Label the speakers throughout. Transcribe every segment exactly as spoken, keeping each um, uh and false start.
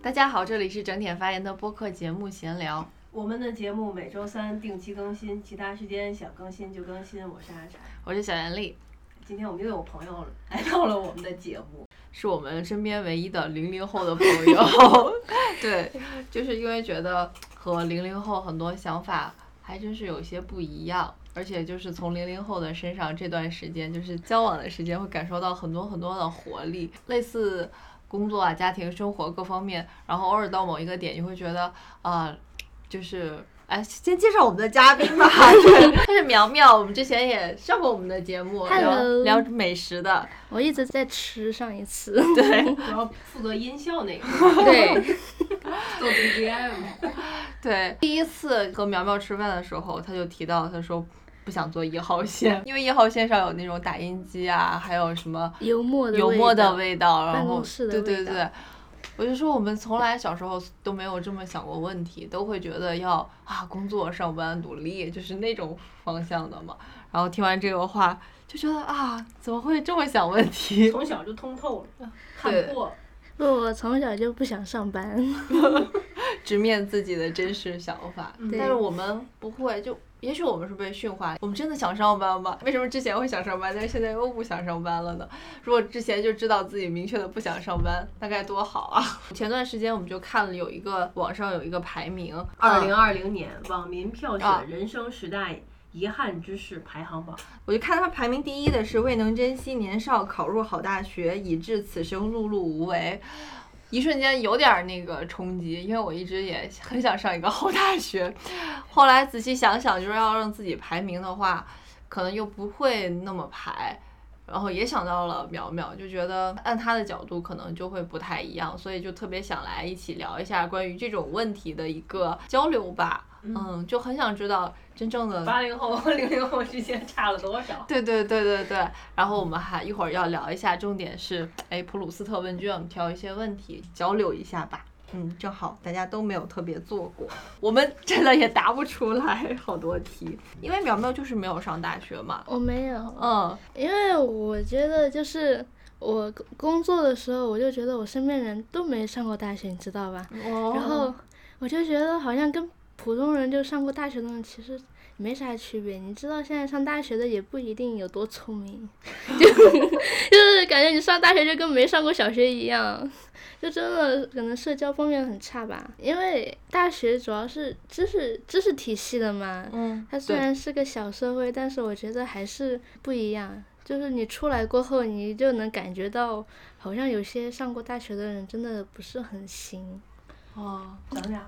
Speaker 1: 大家好，这里是整点发言的播客节目闲聊。
Speaker 2: 我们的节目每周三定期更新，其他时间想更新就更新。我是阿柴，
Speaker 1: 我是小袁丽。
Speaker 2: 今天我们又有朋友来到了我们的节目，
Speaker 1: 是我们身边唯一的零零后的朋友。对，就是因为觉得和零零后很多想法还真是有些不一样，而且就是从零零后的身上这段时间，就是交往的时间，会感受到很多很多的活力，类似工作啊、家庭生活各方面，然后偶尔到某一个点，你会觉得啊、呃，就是。哎，先介绍我们的嘉宾吧。对，他是苗苗，我们之前也上过我们的节目，聊聊美食的。
Speaker 3: 我一直在吃，上一次。
Speaker 1: 对，
Speaker 2: 主要负责音效那个。
Speaker 3: 对，
Speaker 2: 做 B G M。
Speaker 1: 对，第一次和苗苗吃饭的时候，他就提到，他说不想做一号线，因为一号线上有那种打印机啊，还有什么
Speaker 3: 油墨的
Speaker 1: 油墨的味道，然后对对对。我就说我们从来小时候都没有这么想过问题，都会觉得要啊工作上班努力，就是那种方向的嘛。然后听完这个话，就觉得啊怎么会这么想问题？
Speaker 2: 从小就通透了，看破。
Speaker 3: 不，我从小就不想上班，
Speaker 1: 直面自己的真实想法。但是我们不会，就也许我们是被驯化，我们真的想上班吗？为什么之前会想上班，但是现在又不想上班了呢？如果之前就知道自己明确的不想上班，那该多好啊！前段时间我们就看了有一个网上有一个排名，
Speaker 2: 二零二零年网民票选人生十大遗憾之事排行榜，
Speaker 1: 我就看他排名第一的是未能珍惜年少，考入好大学，以致此生碌碌无为。一瞬间有点那个冲击，因为我一直也很想上一个好大学，后来仔细想想，就是要让自己排名的话，可能又不会那么排，然后也想到了苗苗，就觉得按他的角度可能就会不太一样，所以就特别想来一起聊一下关于这种问题的一个交流吧。嗯，就很想知道真正的
Speaker 2: 八零后和零零后之间差了多少？
Speaker 1: 对对对对对。然后我们还一会儿要聊一下，重点是哎普鲁斯特问卷，我们挑一些问题交流一下吧。嗯，正好大家都没有特别做过，我们真的也答不出来好多题，因为苗苗就是没有上大学嘛。
Speaker 3: 我没有。
Speaker 1: 嗯，
Speaker 3: 因为我觉得就是我工作的时候，我就觉得我身边人都没上过大学，你知道吧？
Speaker 1: 哦。
Speaker 3: 然后我就觉得好像跟普通人就上过大学的人其实没啥区别，你知道现在上大学的也不一定有多聪明，就就是感觉你上大学就跟没上过小学一样，就真的可能社交方面很差吧。因为大学主要是知识知识体系的嘛，
Speaker 1: 嗯，
Speaker 3: 它虽然是个小社会，但是我觉得还是不一样。就是你出来过后，你就能感觉到，好像有些上过大学的人真的不是很行。
Speaker 1: 哦，
Speaker 2: 讲讲。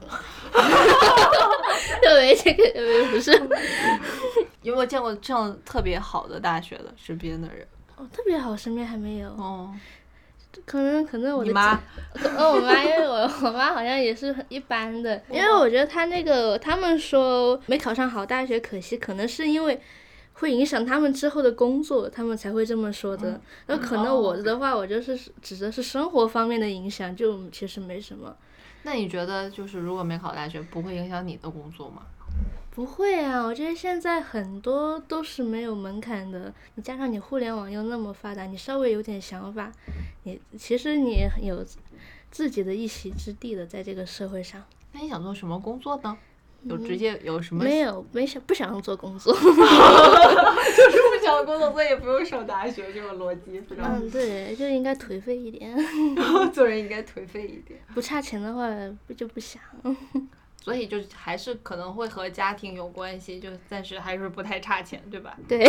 Speaker 3: 对，这个不是。
Speaker 1: 有没有见过这样特别好的大学的身边的人？
Speaker 3: 哦，特别好，身边还没有。
Speaker 1: 哦。
Speaker 3: 可能可能我的
Speaker 1: 你妈？
Speaker 3: 哦，我妈，因为我我妈好像也是很一般的，因为我觉得她那个他们说没考上好大学可惜，可能是因为会影响他们之后的工作，他们才会这么说的。那、嗯、可能我的话，我就是指的是生活方面的影响，就其实没什么。
Speaker 1: 那你觉得就是如果没考大学，不会影响你的工作吗？
Speaker 3: 不会啊，我觉得现在很多都是没有门槛的，你加上你互联网又那么发达，你稍微有点想法，你其实你有自己的一席之地的，在这个社会上。
Speaker 1: 那你想做什么工作呢？有直接有什么？
Speaker 3: 嗯、没有，没想不想做工作。
Speaker 1: 就是不想工作，所以也不用上大学，这个逻辑。
Speaker 3: 嗯，对，就应该颓废一点。
Speaker 1: 做人应该颓废一点。
Speaker 3: 不差钱的话，不就不想。
Speaker 1: 所以就还是可能会和家庭有关系，就暂时还是不太差钱，对吧？
Speaker 3: 对。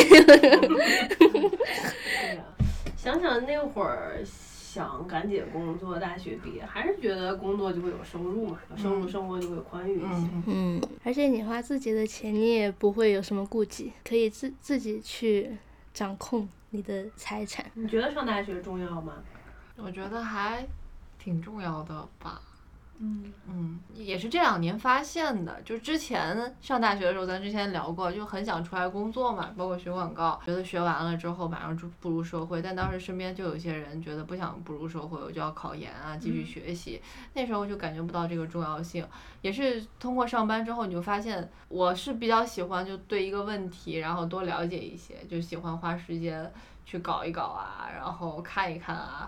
Speaker 2: 对呀，想想那会儿想赶紧工作，大学毕业，还是觉得工作就会有收入嘛，有收入生活就会宽裕一些。
Speaker 3: 嗯, 嗯，而且你花自己的钱，你也不会有什么顾忌，可以自自己去掌控你的财产。
Speaker 2: 你觉得上大学重要吗？
Speaker 1: 我觉得还挺重要的吧。
Speaker 2: 嗯
Speaker 1: 嗯，也是这两年发现的，就之前上大学的时候，咱之前聊过，就很想出来工作嘛，包括学广告，觉得学完了之后马上就步入社会，但当时身边就有些人觉得不想步入社会，我就要考研啊，继续学习，嗯、那时候就感觉不到这个重要性，也是通过上班之后，你就发现我是比较喜欢就对一个问题，然后多了解一些，就喜欢花时间去搞一搞啊，然后看一看啊。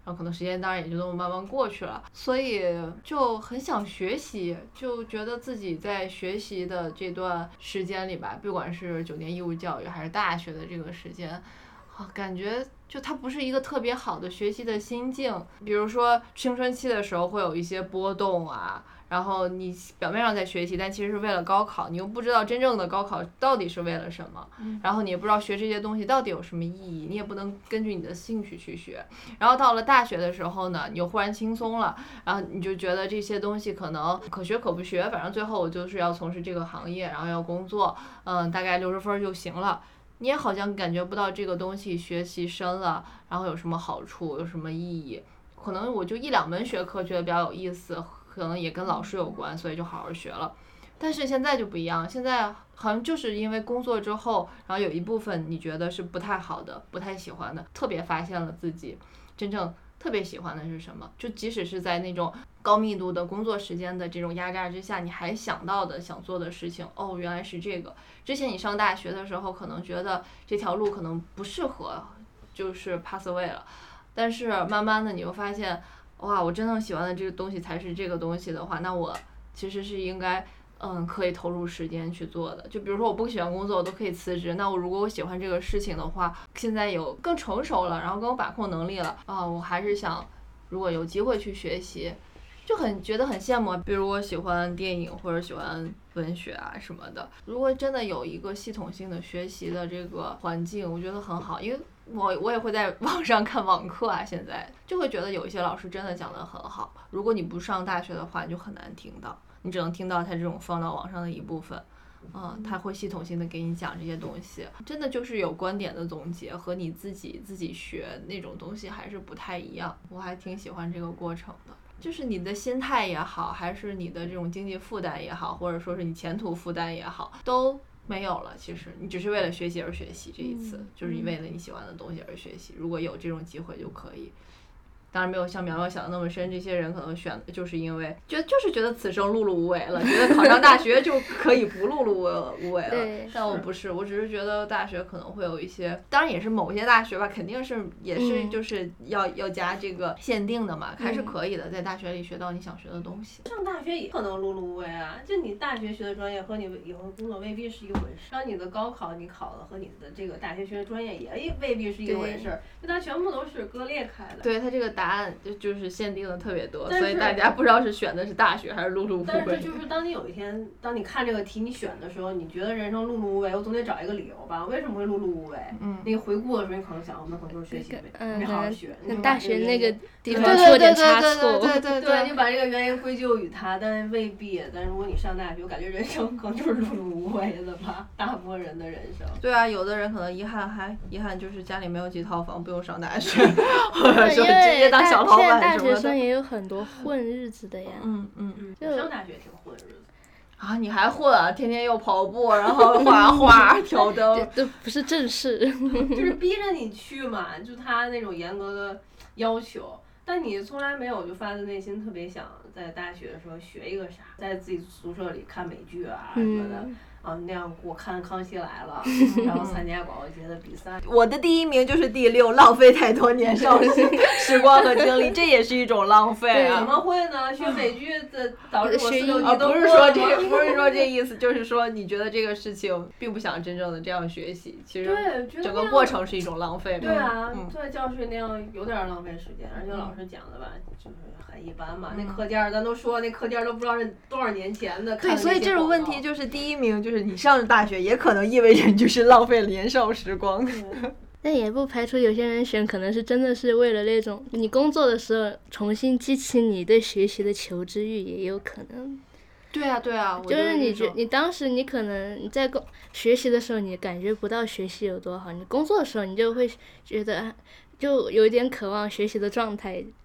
Speaker 1: 然后可能时间当然也就那么慢慢过去了，所以就很想学习，就觉得自己在学习的这段时间里吧，不管是九年义务教育还是大学的这个时间，啊，感觉就它不是一个特别好的学习的心境。比如说青春期的时候会有一些波动啊，然后你表面上在学习，但其实是为了高考，你又不知道真正的高考到底是为了什么，然后你也不知道学这些东西到底有什么意义，你也不能根据你的兴趣去学。然后到了大学的时候呢，你又忽然轻松了，然后你就觉得这些东西可能可学可不学，反正最后我就是要从事这个行业，然后要工作，嗯，大概六十分就行了。你也好像感觉不到这个东西学习深了，然后有什么好处，有什么意义。可能我就一两门学科觉得比较有意思，可能也跟老师有关，所以就好好学了。但是现在就不一样，现在好像就是因为工作之后，然后有一部分你觉得是不太好的，不太喜欢的，特别发现了自己真正特别喜欢的是什么。就即使是在那种高密度的工作时间的这种压榨之下，你还想到的想做的事情，哦，原来是这个。之前你上大学的时候可能觉得这条路可能不适合，就是 pass away 了，但是慢慢的你又发现，哇，我真正喜欢的这个东西才是这个东西的话，那我其实是应该嗯可以投入时间去做的。就比如说我不喜欢工作我都可以辞职，那我如果我喜欢这个事情的话，现在有更成熟了，然后更有把控能力了啊，我还是想如果有机会去学习，就很觉得很羡慕。比如我喜欢电影或者喜欢文学啊什么的，如果真的有一个系统性的学习的这个环境，我觉得很好。因为我我也会在网上看网课啊，现在就会觉得有一些老师真的讲得很好，如果你不上大学的话你就很难听到，你只能听到他这种放到网上的一部分。嗯，他会系统性的给你讲这些东西，真的就是有观点的总结和你自己自己学那种东西还是不太一样，我还挺喜欢这个过程的。就是你的心态也好，还是你的这种经济负担也好，或者说是你前途负担也好，都没有了。其实你只是为了学习而学习，这一次、嗯、就是你为了你喜欢的东西而学习，如果有这种机会就可以。当然没有像苗苗想的那么深，这些人可能选的就是因为觉得就是觉得此生碌碌无为了，觉得考上大学就可以不碌碌无为了。但我不是，我只是觉得大学可能会有一些，当然也是某些大学吧，肯定是也是就是要、嗯、要加这个限定的嘛，还是可以的，在大学里学到你想学的东西。
Speaker 2: 上大学也可能碌碌无为啊，就你大学学的专业和你以后工作未必是一回事，然后你的高考你考了和你的这个大学学的专业也未必是一回事，就它全部都是割裂开的。
Speaker 1: 对，它这个答案就就是限定的特别多，所以大家不知道是选的是大学还是碌碌无为。
Speaker 2: 但是就是当你有一天，当你看这个题你选的时候，你觉得人生碌碌无为，我总得找一个理由吧，为什么会碌碌无为？嗯，你回顾的时候，你可能想，我们可能就是学习没没好好学，
Speaker 3: 嗯、大学那个地方
Speaker 1: 出
Speaker 3: 了点差
Speaker 1: 错，对对对
Speaker 2: 对，你把这个原因归咎于他，但是未必。但如果你上大学，我感觉人生可能就是碌碌无为的吧，大部分人的人生。
Speaker 1: 对啊，有的人可能遗憾还遗憾就是家里没有几套房，不用上大学，或者说直接当小老板什么的。
Speaker 3: 大学生也有很多混日子的呀。
Speaker 1: 嗯嗯嗯。
Speaker 2: 就上大学挺混日子。
Speaker 1: 啊，你还混啊？天天又跑步，然后画画、挑灯，
Speaker 3: 这不是正事。
Speaker 2: 就是逼着你去嘛，就他那种严格的要求，但你从来没有就发自内心特别想在大学的时候学一个啥，在自己宿舍里看美剧啊什么的。嗯啊，那样我看《康熙来了》，然后参加广播节的比赛。
Speaker 1: 我的第一名就是第六，浪费太多年少时光和精力，这也是一种浪费啊！
Speaker 2: 怎么会呢？学美剧的导致我四六级都
Speaker 1: 不是说这个，不是说这意思，就是说你觉得这个事情并不想真正的这样学习，其实整个过程是一种浪费。
Speaker 2: 对啊，嗯、坐在教室那样有点浪费时间，而且老师讲的吧，就是很一般嘛。嗯、那课件咱都说，那课件都不知道是多少年前的。
Speaker 1: 对，所以这种问题就是第一名就是。你上了大学也可能意味着你就是浪费年少时光。
Speaker 3: 但也不排除有些人选可能是真的是为了那种你工作的时候重新激起你对学习的求知欲，也有可能。
Speaker 1: 对啊对啊，
Speaker 3: 就是你觉你当时你可能你在工学习的时候你感觉不到学习有多好，你工作的时候你就会觉得就有点渴望学习的状态。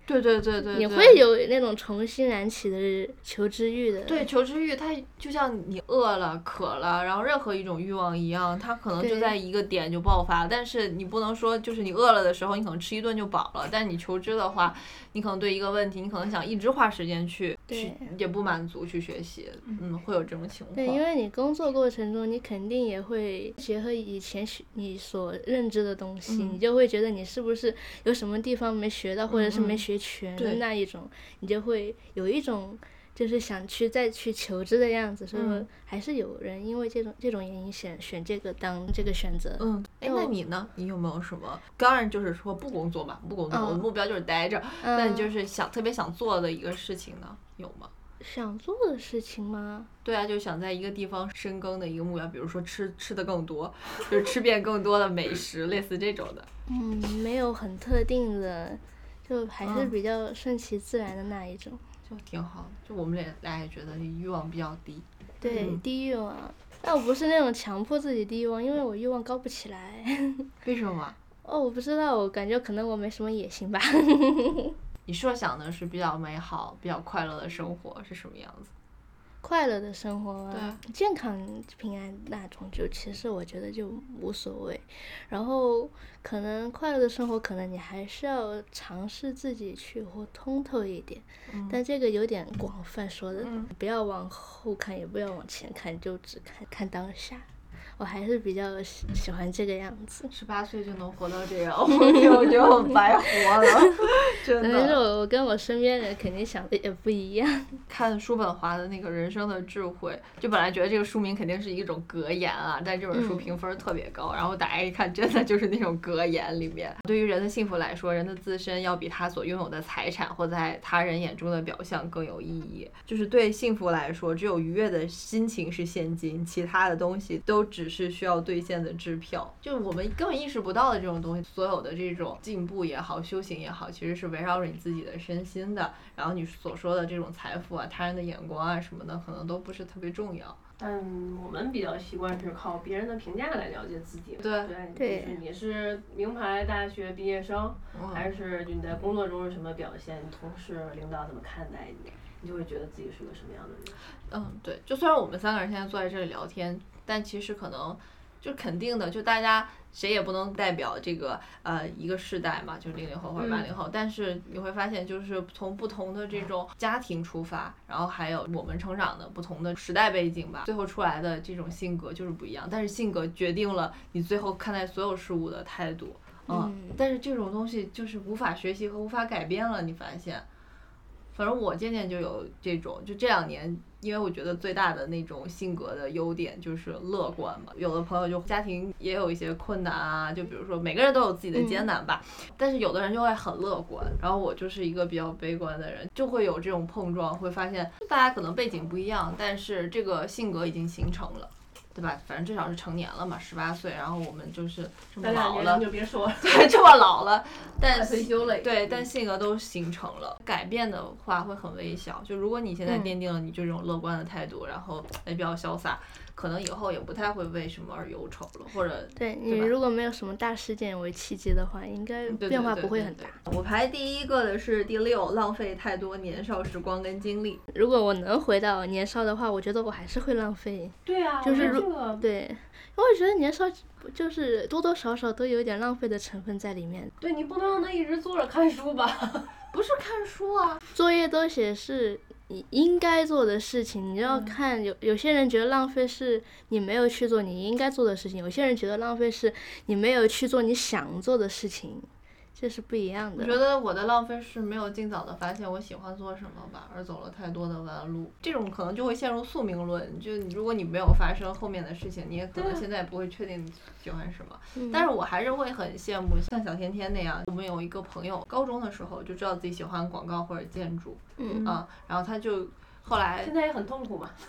Speaker 1: 对对对对，
Speaker 3: 你会有那种重新燃起的求知欲的。
Speaker 1: 对，求知欲它就像你饿了、渴了，然后任何一种欲望一样，它可能就在一个点就爆发。但是你不能说就是你饿了的时候，你可能吃一顿就饱了。但是你求知的话，你可能对一个问题，你可能想一直花时间去去，也不满足去学习，嗯，会有这种情况。
Speaker 3: 对，因为你工作过程中，你肯定也会结合以前你所认知的东西，
Speaker 1: 嗯、
Speaker 3: 你就会觉得你是不是有什么地方没学到，或者是没学全的那一种，
Speaker 1: 嗯、
Speaker 3: 你就会有一种就是想去再去求知的样子。所以说，还是有人因为这种这种原因选选这个当这个选择。
Speaker 1: 嗯，哎，那你呢？你有没有什么？当然就是说不工作嘛，不工作，嗯、我的目标就是待着。
Speaker 3: 嗯、
Speaker 1: 那你就是想特别想做的一个事情呢，有吗？
Speaker 3: 想做的事情吗？
Speaker 1: 对啊，就想在一个地方深耕的一个目标，比如说吃吃的更多，就是吃遍更多的美食，类似这种的。
Speaker 3: 嗯，没有很特定的，就还是比较顺其自然的那一种。
Speaker 1: 嗯、就挺好的，就我们俩俩也觉得欲望比较低。
Speaker 3: 对，
Speaker 1: 嗯、
Speaker 3: 低欲望，但我不是那种强迫自己低欲望，因为我欲望高不起来。
Speaker 1: 为什么？
Speaker 3: 哦，我不知道，我感觉可能我没什么野心吧。
Speaker 1: 你设想的是比较美好、比较快乐的生活是什么样子？
Speaker 3: 快乐的生活啊，
Speaker 1: 对，
Speaker 3: 健康平安那种，就其实我觉得就无所谓。然后可能快乐的生活，可能你还是要尝试自己去活通透一点。
Speaker 1: 嗯、
Speaker 3: 但这个有点广泛说的，
Speaker 1: 嗯、
Speaker 3: 不要往后看，也不要往前看，就只看看当下。我还是比较喜喜欢这个样子。
Speaker 1: 十八岁就能活到这样，我觉得我白活了，真的。
Speaker 3: 但是我我跟我身边人肯定想的也不一样。
Speaker 1: 看叔本华的那个人生的智慧，就本来觉得这个书名肯定是一种格言啊，但这本书评分特别高，嗯、然后打开一看，真的就是那种格言里面。对于人的幸福来说，人的自身要比他所拥有的财产或在他人眼中的表象更有意义。就是对幸福来说，只有愉悦的心情是现金，其他的东西都只是需要兑现的支票，就是我们根本意识不到的这种东西。所有的这种进步也好，修行也好，其实是围绕着你自己的身心的。然后你所说的这种财富啊、他人的眼光啊什么的，可能都不是特别重要。
Speaker 2: 但我们比较习惯是靠别人的评价来了解自己。
Speaker 1: 对
Speaker 2: 对，就是你是名牌大学毕业生，
Speaker 1: 嗯、
Speaker 2: 还是就你在工作中是什么表现，你同事、领导怎么看待你，你就会觉得自己是个什么样的人。
Speaker 1: 嗯，对。就虽然我们三个人现在坐在这里聊天，但其实可能就肯定的，就大家谁也不能代表这个呃一个世代嘛，就零零后或者八零后、嗯。但是你会发现，就是从不同的这种家庭出发，然后还有我们成长的不同的时代背景吧，最后出来的这种性格就是不一样。但是性格决定了你最后看待所有事物的态度，嗯。嗯但是这种东西就是无法学习和无法改变了，你发现。反正我渐渐就有这种，就这两年，因为我觉得最大的那种性格的优点就是乐观嘛。有的朋友就家庭也有一些困难啊，就比如说每个人都有自己的艰难吧，嗯、但是有的人就会很乐观，然后我就是一个比较悲观的人，就会有这种碰撞，会发现大家可能背景不一样，但是这个性格已经形成了。对吧？反正至少是成年了嘛，十八岁，然后我们就是这么老了，
Speaker 2: 就别说了，
Speaker 1: 对，这么老了，但
Speaker 2: 退休了，
Speaker 1: 对，但性格都形成了，改变的话会很微小。就如果你现在奠定了你这种乐观的态度，嗯、然后也比较潇洒，可能以后也不太会为什么而忧愁了，或者
Speaker 3: 对你如果没有什么大事件为契机的话，应该变化不会很大。
Speaker 1: 对对对对对我排第一个的是第六，浪费太多年少时光跟精力。
Speaker 3: 如果我能回到年少的话，我觉得我还是会浪费。
Speaker 2: 对啊，
Speaker 3: 就是如、
Speaker 2: 这个、
Speaker 3: 对，因为我觉得年少就是多多少少都有点浪费的成分在里面。
Speaker 2: 对，你不能让他一直坐着看书吧？
Speaker 1: 不是看书啊，
Speaker 3: 作业都写是你应该做的事情，你要看有有些人觉得浪费是你没有去做你应该做的事情，有些人觉得浪费是你没有去做你想做的事情，这是不一样的。
Speaker 1: 我觉得我的浪费是没有尽早的发现我喜欢做什么吧，而走了太多的弯路。这种可能就会陷入宿命论，就如果你没有发生后面的事情，你也可能现在也不会确定你喜欢什么。嗯、但是我还是会很羡慕像小天天那样，我们有一个朋友，高中的时候就知道自己喜欢广告或者建筑，
Speaker 3: 嗯
Speaker 1: 啊，然后他就后来
Speaker 2: 现在也很痛苦嘛。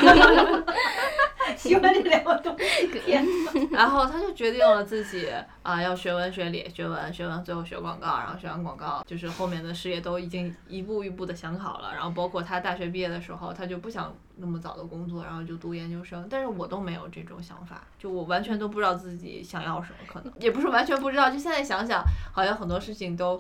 Speaker 2: 喜欢这两个东西，
Speaker 1: 然后他就决定了自己啊、呃、要学文学理，学文学文，最后学广告，然后学完广告就是后面的事业都已经一步一步的想好了，然后包括他大学毕业的时候，他就不想那么早的工作，然后就读研究生，但是我都没有这种想法，就我完全都不知道自己想要什么，可能也不是完全不知道，就现在想想，好像很多事情都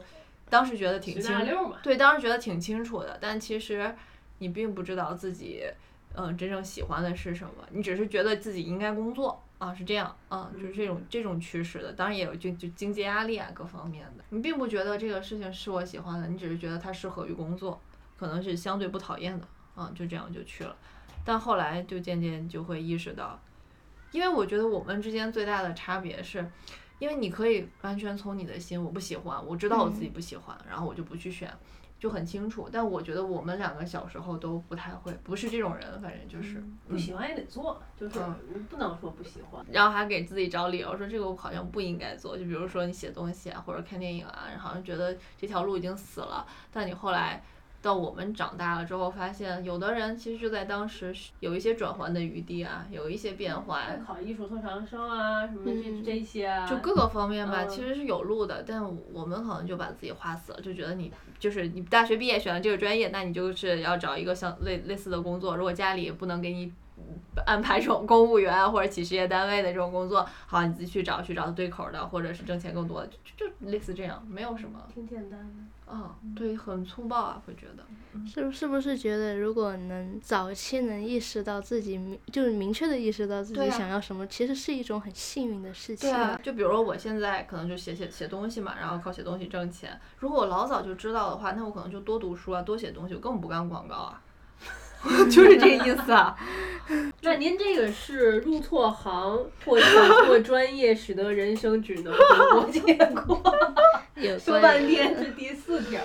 Speaker 1: 当时觉得挺清
Speaker 2: 十大溜嘛，
Speaker 1: 对，当时觉得挺清楚的，但其实你并不知道自己嗯真正喜欢的是什么，你只是觉得自己应该工作啊，是这样啊，就是这种这种趋势的，当然也有就就经济压力啊各方面的，你并不觉得这个事情是我喜欢的，你只是觉得它适合于工作，可能是相对不讨厌的啊，就这样就去了，但后来就渐渐就会意识到，因为我觉得我们之间最大的差别是。因为你可以完全从你的心，我不喜欢，我知道我自己不喜欢，然后我就不去选，就很清楚。但我觉得我们两个小时候都不太会，不是这种人，反正就是、
Speaker 2: 嗯、不喜欢也得做，就是不能说不喜欢。
Speaker 1: 然后还给自己找理由说这个我好像不应该做，就比如说你写东西啊，或者看电影啊，好像觉得这条路已经死了，但你后来。到我们长大了之后，发现有的人其实就在当时有一些转换的余地啊，有一些变化。
Speaker 2: 考艺术特长生啊，什么这这些啊。
Speaker 1: 就各个方面吧，
Speaker 2: 嗯、
Speaker 1: 其实是有路的，但我们可能就把自己划死了，就觉得你就是你大学毕业选了这个专业，那你就是要找一个像类类似的工作，如果家里不能给你安排这种公务员或者企事业单位的这种工作，好，你自己去找去找对口的，或者是挣钱更多的，就就类似这样，没有什么。
Speaker 2: 挺简单的。
Speaker 1: 哦，对，很粗暴啊，会觉得。
Speaker 3: 嗯、是是不是觉得，如果能早期能意识到自己明，就是明确的意识到自己想要什么，啊、其实是一种很幸运的事情。
Speaker 1: 对啊，就比如说我现在可能就写写写东西嘛，然后靠写东西挣钱。如果我老早就知道的话，那我可能就多读书啊，多写东西，我根本不干广告啊。就是这个意思啊。
Speaker 2: 那您这个是入错行或选错专业，使得人生只能得过且过。说半天是第四条。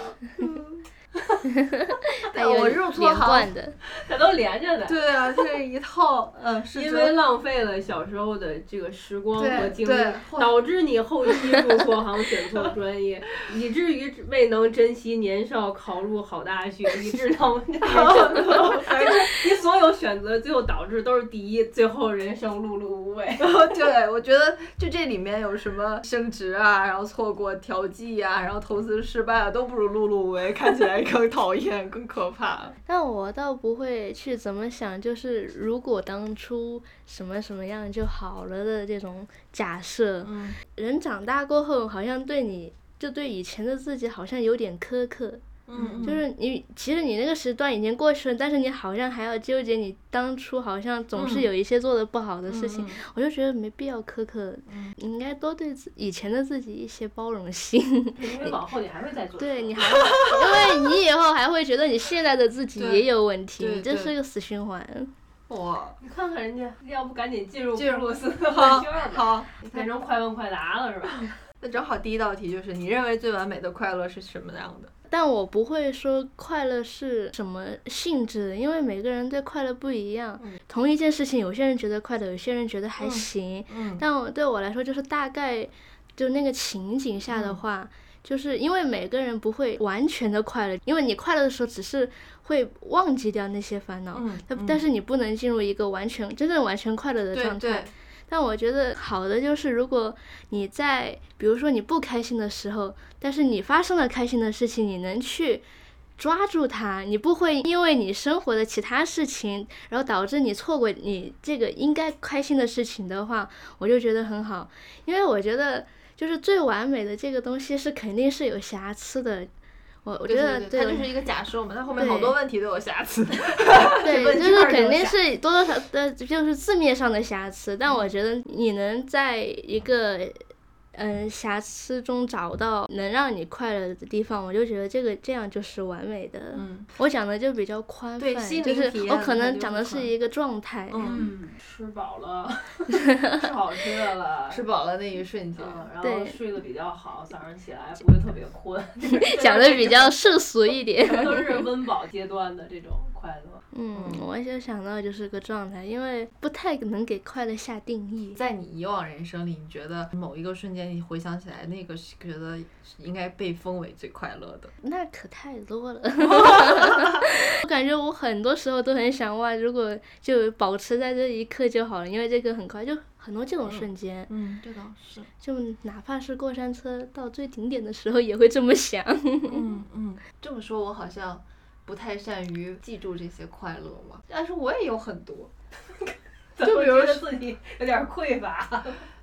Speaker 3: 还有连贯的，
Speaker 2: 它都连着的。
Speaker 1: 对啊，这一套，嗯，是
Speaker 2: 因为浪费了小时候的这个时光和精力，导致你后期入错行、选错专业，以至于未能珍惜年少考入好大学，以致到你所有选择最后导致都是第一，最后人生碌碌无为。
Speaker 1: 对，我觉得就这里面有什么升职啊，然后错过调剂啊，然后投资失败啊，都不如碌碌无为，看起来更讨厌更可怕。
Speaker 3: 但我倒不会去怎么想，就是如果当初什么什么样就好了的这种假设、
Speaker 1: 嗯、
Speaker 3: 人长大过后好像对你就对以前的自己好像有点苛刻。
Speaker 1: 嗯，
Speaker 3: 就是你其实你那个时段已经过去了，但是你好像还要纠结你当初好像总是有一些做的不好的事情、
Speaker 1: 嗯、
Speaker 3: 我就觉得没必要苛刻、
Speaker 1: 嗯、
Speaker 3: 你应该多对以前的自己一些包容心。
Speaker 2: 因为往后你还会再做。
Speaker 3: 对，你还会因为你以后还会觉得你现在的自己也有问题，你这是个死循环。
Speaker 1: 哇！
Speaker 2: 你看看人家，要不赶紧进入布鲁斯
Speaker 1: 的
Speaker 2: 问卷吧，
Speaker 1: 好，
Speaker 2: 变成快问快答了是吧？
Speaker 1: 那正好第一道题就是你认为最完美的快乐是什么样的？
Speaker 3: 但我不会说快乐是什么性质的，因为每个人对快乐不一样、
Speaker 1: 嗯、
Speaker 3: 同一件事情有些人觉得快乐，有些人觉得还行、
Speaker 1: 嗯嗯、
Speaker 3: 但我对我来说就是大概就那个情景下的话、嗯、就是因为每个人不会完全的快乐，因为你快乐的时候只是会忘记掉那些烦恼、
Speaker 1: 嗯嗯、
Speaker 3: 但是你不能进入一个完全真正完全快乐的状态。
Speaker 1: 对对，
Speaker 3: 但我觉得好的就是如果你在比如说你不开心的时候，但是你发生了开心的事情，你能去抓住它，你不会因为你生活的其他事情然后导致你错过你这个应该开心的事情的话，我就觉得很好。因为我觉得就是最完美的这个东西是肯定是有瑕疵的，我我觉得
Speaker 1: 对对对，它就是一个假设嘛，它后面好多问题都有瑕疵。
Speaker 3: 对，就是肯定是多多少的，就是字面上的瑕疵，但我觉得你能在一个嗯瑕疵中找到能让你快乐的地方，我就觉得这个这样就是完美的。
Speaker 1: 嗯，
Speaker 3: 我讲的就比较宽泛，就是我可能讲的是一个状态。
Speaker 2: 嗯，吃饱了，吃好吃的了，
Speaker 1: 吃饱了那一瞬间，
Speaker 2: 嗯、然后睡得比较好，早上起来不会特别困。
Speaker 3: 讲的比较世俗一点。
Speaker 2: 都是温饱阶段的这种快乐。
Speaker 3: 嗯，我就想到就是个状态，因为不太能给快乐下定义。
Speaker 1: 在你以往人生里，你觉得某一个瞬间你回想起来，那个是觉得应该被封为最快乐的？
Speaker 3: 那可太多了。我感觉我很多时候都很想哇，如果就保持在这一刻就好了，因为这个很快，就很多这种瞬间。
Speaker 1: 嗯，这倒是。
Speaker 3: 就哪怕是过山车到最顶点的时候，也会这么想。
Speaker 1: 嗯嗯，这么说，我好像不太善于记住这些快乐嘛，但是我也有很多。
Speaker 2: 就比如说自己有点匮乏。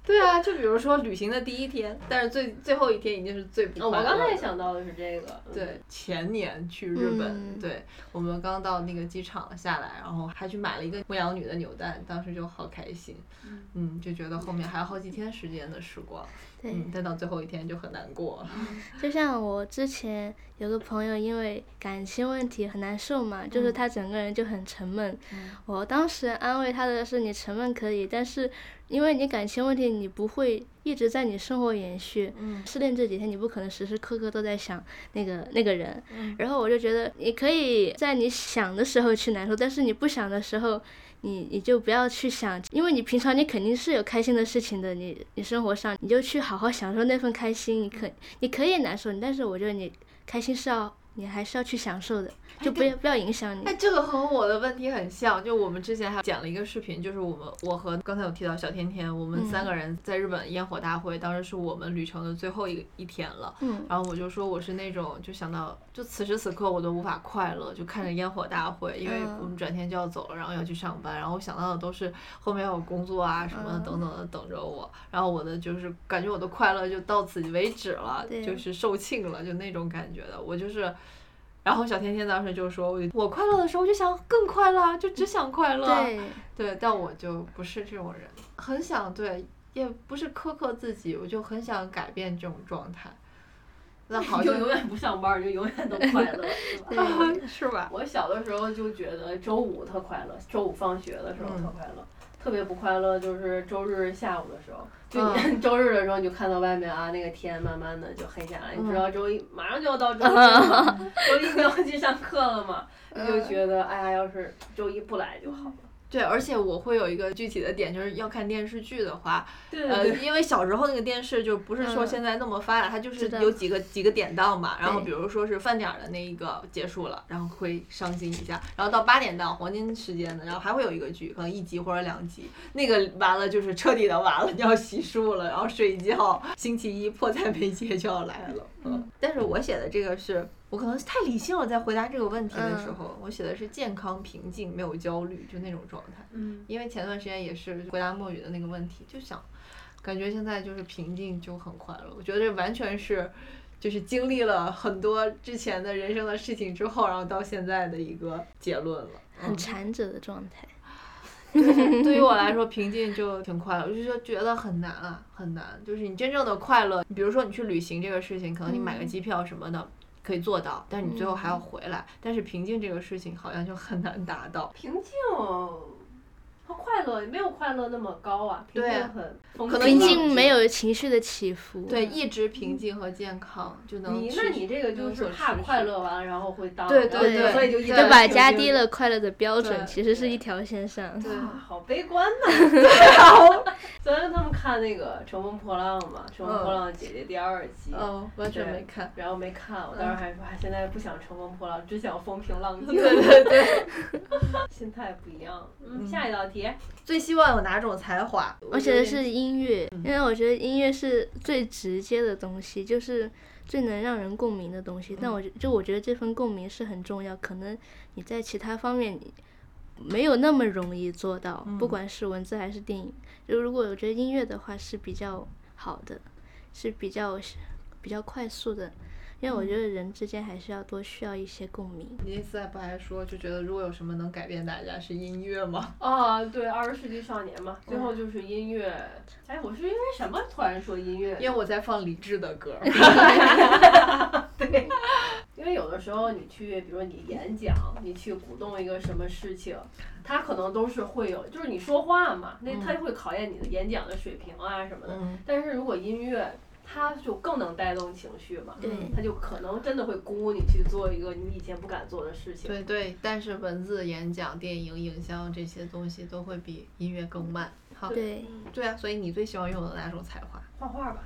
Speaker 1: 对啊，就比如说旅行的第一天，但是最最后一天已经是最不快乐的。
Speaker 2: 我刚才也想到的是这个。
Speaker 1: 对，前年去日本，
Speaker 3: 嗯、
Speaker 1: 对我们刚到那个机场下来，然后还去买了一个牧羊女的扭蛋，当时就好开心。嗯, 嗯，就觉得后面还有好几天时间的时光。
Speaker 3: 对，
Speaker 1: 嗯，但到最后一天就很难过。
Speaker 3: 就像我之前有个朋友，因为感情问题很难受嘛，嗯、就是他整个人就很沉闷。嗯、我当时安慰他的是，你沉闷可以，但是因为你感情问题，你不会一直在你生活延续。嗯。失恋这几天，你不可能时时刻刻都在想那个那个人。嗯。然后我就觉得，你可以在你想的时候去难受，但是你不想的时候。你你就不要去想，因为你平常你肯定是有开心的事情的，你你生活上你就去好好享受那份开心，你可你可以难受，但是我觉得你开心是要你还是要去享受的，就不要不要影响你。
Speaker 1: 哎，这个和我的问题很像，就我们之前还剪了一个视频，就是我们我和刚才有提到小甜甜，我们三个人在日本烟火大会，嗯、当时是我们旅程的最后一个一天了。嗯。然后我就说我是那种就想到就此时此刻我都无法快乐，就看着烟火大会，因为我们转天就要走了，然后要去上班，然后我想到的都是后面有工作啊什么的等等的等着我，然后我的就是感觉我的快乐就到此为止了，就是售罄了，就那种感觉的，我就是。然后小甜甜当时就说，我快乐的时候我就想更快乐，就只想快乐。
Speaker 3: 对。
Speaker 1: 对，但我就不是这种人，很想对，也不是苛刻自己，我就很想改变这种状态。那好像
Speaker 2: 就永远不上班，就永远都快乐，是吧？
Speaker 1: 是吧？
Speaker 2: 我小的时候就觉得周五特快乐，周五放学的时候特快乐。嗯特别不快乐就是周日下午的时候，就你、嗯、周日的时候你就看到外面啊那个天慢慢的就黑下来，嗯、你知道周一马上就要到周一了，周一就要去上课了嘛，你就觉得哎呀要是周一不来就好了。
Speaker 1: 对，而且我会有一个具体的点，就是要看电视剧的话，
Speaker 2: 对对对
Speaker 1: 呃，因为小时候那个电视就不是说现在那么发达，嗯、它就是有几个几个点档嘛，然后比如说是饭点的那一个结束了，然后会伤心一下，然后到八点档黄金时间的，然后还会有一个剧，可能一集或者两集，那个完了就是彻底的完了，你要洗漱了，然后睡觉，星期一迫在眉睫就要来了。嗯，但是我写的这个是。我可能太理性了，在回答这个问题的时候，嗯、我写的是健康、平静，没有焦虑，就那种状态。
Speaker 2: 嗯。
Speaker 1: 因为前段时间也是回答墨雨的那个问题，就想，感觉现在就是平静就很快乐。我觉得这完全是，就是经历了很多之前的人生的事情之后，然后到现在的一个结论了。
Speaker 3: 嗯、很禅者的状态。
Speaker 1: 对，对于我来说，平静就挺快乐，我就说觉得很难啊，很难。就是你真正的快乐，比如说你去旅行这个事情，可能你买个机票什么的。嗯可以做到，但是你最后还要回来。嗯、但是平静这个事情好像就很难达到。
Speaker 2: 平静和快乐没有快乐那么高啊，平静很
Speaker 1: 可能
Speaker 3: 平静没有情绪的起伏。
Speaker 1: 对，一直平静和健康、嗯、就能。
Speaker 2: 你那你这个就是怕快乐完，然后会到。
Speaker 1: 对对对，
Speaker 2: 所以就一
Speaker 3: 就把加低了快乐的标准，其实是一条线上。
Speaker 1: 对，
Speaker 2: 好悲观呐。对啊。昨天他们看那个《乘风破浪》嘛，《乘风破浪姐姐》第二季。
Speaker 1: 嗯，完全没看。
Speaker 2: 然后没看，我当时还说，哎，现在不想乘风破浪，只想风平浪静。
Speaker 1: 对对对。
Speaker 2: 心态不一样。嗯，下一道题。
Speaker 1: 最希望有哪种才华？
Speaker 3: 我写的是音乐，因为我觉得音乐是最直接的东西，就是最能让人共鸣的东西。但我就我觉得这份共鸣是很重要，可能你在其他方面你没有那么容易做到，不管是文字还是电影。就如果我觉得音乐的话是比较好的，是比较比较快速的。因为我觉得人之间还是要多需要一些共鸣。
Speaker 1: 你那次不还说，就觉得如果有什么能改变大家是音乐吗？
Speaker 2: 啊，对，二十世纪少年嘛，最后就是音乐。哎，我是因为什么突然说音乐？
Speaker 1: 因为我在放李志的歌。
Speaker 2: 对。因为有的时候你去，比如说你演讲，你去鼓动一个什么事情，它可能都是会有，就是你说话嘛，那它就会考验你的演讲的水平啊什么的。嗯、但是如果音乐，它就更能带动情绪嘛，它就可能真的会鼓舞你去做一个你以前不敢做的事情。
Speaker 1: 对对，但是文字、演讲、电影、影像这些东西都会比音乐更慢。好，
Speaker 3: 对，
Speaker 1: 对啊，所以你最希望拥有哪种才华？
Speaker 2: 画画吧。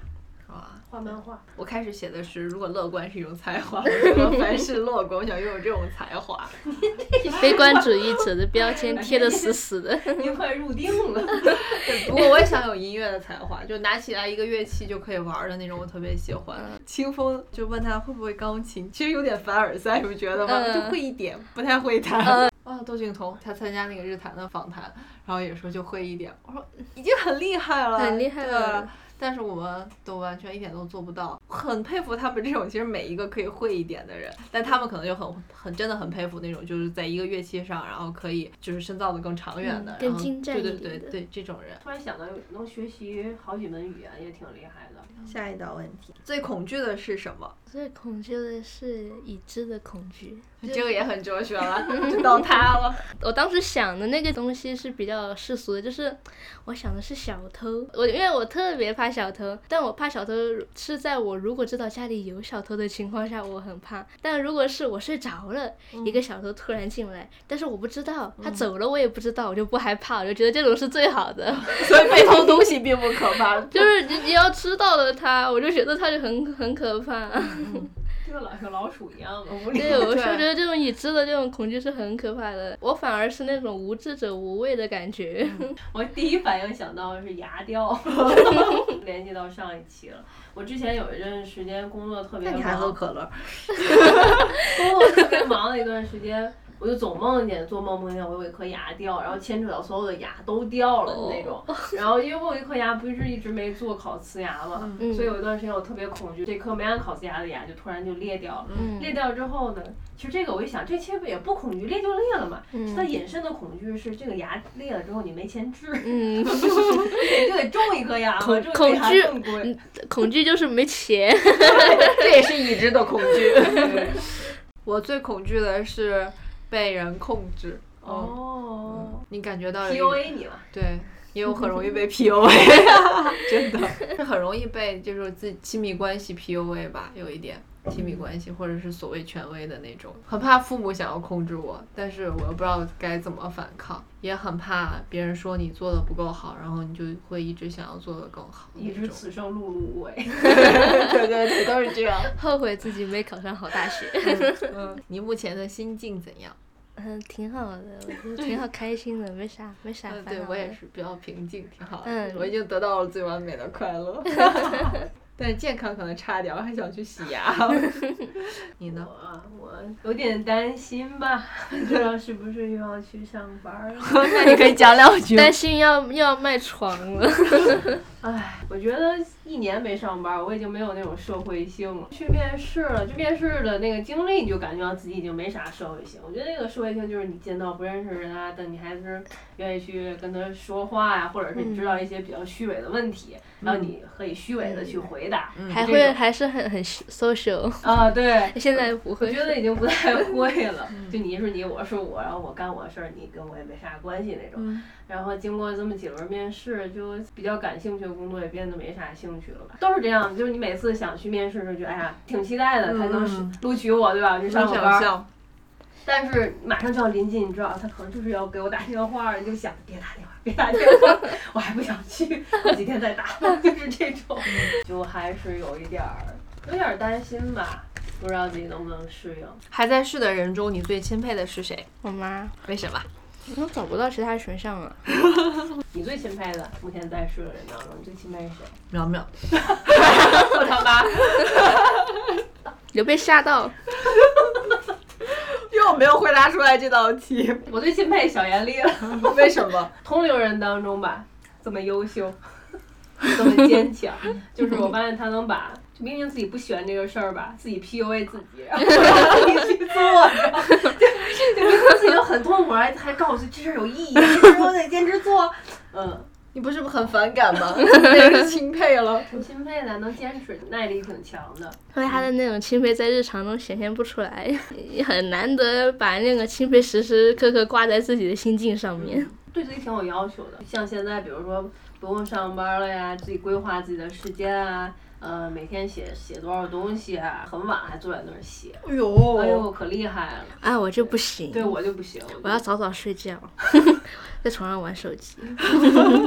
Speaker 1: 啊，
Speaker 2: 画漫画。
Speaker 1: 我开始写的是，如果乐观是一种才华，如果凡事乐观，我想拥有这种才华。
Speaker 3: 悲观主义者的标签贴得死死的。
Speaker 2: 您快入定了。
Speaker 1: 对，不过我也想有音乐的才华，就拿起来一个乐器就可以玩的那种，我特别喜欢。清风就问他会不会钢琴，其实有点凡尔赛，你不觉得吗？就会一点，不太会弹。啊，窦靖童他参加那个日坛的访谈，然后也说就会一点，我说已经很厉害了，
Speaker 3: 很厉害了。
Speaker 1: 但是我们都完全一点都做不到，很佩服他们这种其实每一个可以会一点的人，但他们可能就很很真的很佩服那种就是在一个乐器上，然后可以就是深造的更长远的，
Speaker 3: 嗯、更精湛一点的。
Speaker 1: 对对对对，这种人。
Speaker 2: 突然想到能学习好几门语言也挺厉害的。
Speaker 1: 下一道问题，最恐惧的是什么？
Speaker 3: 最恐惧的是已知的恐惧。
Speaker 1: 这个也很哲学了，就到他了。
Speaker 3: 我当时想的那个东西是比较世俗的，就是我想的是小偷。我因为我特别怕小偷，但我怕小偷是在我如果知道家里有小偷的情况下，我很怕。但如果是我睡着了，嗯、一个小偷突然进来，但是我不知道他走了，我也不知道，我就不害怕，我就觉得这种是最好的。
Speaker 1: 所以被偷东西并不可怕，
Speaker 3: 就是你你要知道了他，我就觉得他就很很可怕。
Speaker 2: 嗯就老像老鼠一样的。
Speaker 3: 对，我是觉得这种已知的这种恐惧是很可怕的。我反而是那种无知者无畏的感觉。
Speaker 2: 嗯、我第一反应想到的是牙掉，联系到上一期了。我之前有一阵时间工作特别忙，
Speaker 1: 那你还喝可乐？
Speaker 2: 工作特别忙的一段时间。我就总梦见做梦梦见我有一颗牙掉，然后牵扯到所有的牙都掉了的那种。Oh. 然后因为我有一颗牙不是一直没做烤瓷牙嘛，嗯、所以有一段时间我特别恐惧，这颗没安烤瓷牙的牙就突然就裂掉了。嗯、裂掉之后呢，其实这个我一想，这其实也不恐惧，裂就裂了嘛。嗯、它引申的恐惧是这个牙裂了之后你没钱治，嗯、就得种一颗牙嘛，这个牙更贵。
Speaker 3: 恐惧就是没钱，
Speaker 1: 这也是已知的恐惧。我最恐惧的是被人控制。
Speaker 2: 哦、嗯，
Speaker 1: 你感觉到
Speaker 2: P U A 你了？
Speaker 1: 对，因为我很容易被 P U A， 真的是很容易被就是自己亲密关系 P U A 吧，有一点亲密关系或者是所谓权威的那种，很怕父母想要控制我，但是我又不知道该怎么反抗，也很怕别人说你做的不够好，然后你就会一直想要做的更好，
Speaker 2: 一直此生碌碌无为。
Speaker 1: 对对对，都是这样。
Speaker 3: 后悔自己没考上好大学。
Speaker 1: 嗯，你目前的心境怎样？
Speaker 3: 嗯，挺好的，我觉得挺好，开心的，没啥没啥烦恼的。
Speaker 1: 对，我也是比较平静，挺好的。嗯，我已经得到了最完美的快乐。但是健康可能差点，我还想去洗牙。你呢？
Speaker 2: 我我有点担心吧，不知道是不是又要去上班了。
Speaker 1: 那你可以讲两句。
Speaker 3: 担心要又要卖床了。
Speaker 2: 唉，我觉得一年没上班，我已经没有那种社会性了。去面试了，就面试的那个经历，你就感觉到自己已经没啥社会性。我觉得那个社会性就是你见到不认识人啊，但你还是愿意去跟他说话呀、啊，或者是你知道一些比较虚伪的问题，嗯、然后你可以虚伪的去回答。
Speaker 3: 嗯、还会还是很很 social。
Speaker 2: 啊，对。
Speaker 3: 现在不会。
Speaker 2: 我觉得已经不太会了，就你是你，我是我，然后我干我的事儿，你跟我也没啥关系那种。嗯、然后经过这么几轮面试，就比较感兴趣的工作也变得没啥兴趣了吧。都是这样，就是你每次想去面试的时候，觉得哎呀挺期待的，才能录取我，对吧？去上个班。但是马上就要临近，你知道，他可能就是要给我打电话，你就想别打电话，别打电话，我还不想去，过几天再打，就是这种，就还是有一点儿，有点担心吧，不知道自己能不能适应。
Speaker 1: 还在世的人中，你最钦佩的是谁？
Speaker 3: 我妈。
Speaker 1: 为什么？
Speaker 3: 我找不到其他选项了。
Speaker 2: 你最钦佩的，目前在世的人当中，你最钦佩是谁？
Speaker 1: 苗苗。
Speaker 2: 我他妈。
Speaker 3: 有被吓到。
Speaker 1: 因为我没有回答出来这道题。
Speaker 2: 我最钦佩小严丽了。
Speaker 1: 为什么？
Speaker 2: 同龄人当中吧，这么优秀，这么坚强，就是我发现他能把，就明明自己不喜欢这个事儿吧，自己 P U A 自己，然后自己去做，你知道吗？就就明明自己都很痛苦，还还告诉这事儿有意义，这事儿我得坚持做。嗯。
Speaker 1: 你不是很反感吗？被人钦佩了。
Speaker 2: 挺钦佩的，能坚持，耐力挺强的。
Speaker 3: 因为他的那种钦佩在日常中显现不出来，很难得把那个钦佩时时刻刻挂在自己的心境上面。
Speaker 2: 嗯、对自己挺有要求的，像现在比如说不用上班了呀，自己规划自己的时间啊。呃，每天写写多少东西啊？很晚还坐在那儿写。
Speaker 1: 哎呦，
Speaker 2: 哎呦，可厉害了！
Speaker 3: 啊，我就不行。
Speaker 2: 对，我就不行。
Speaker 3: 我要早早睡觉，在床上玩手机。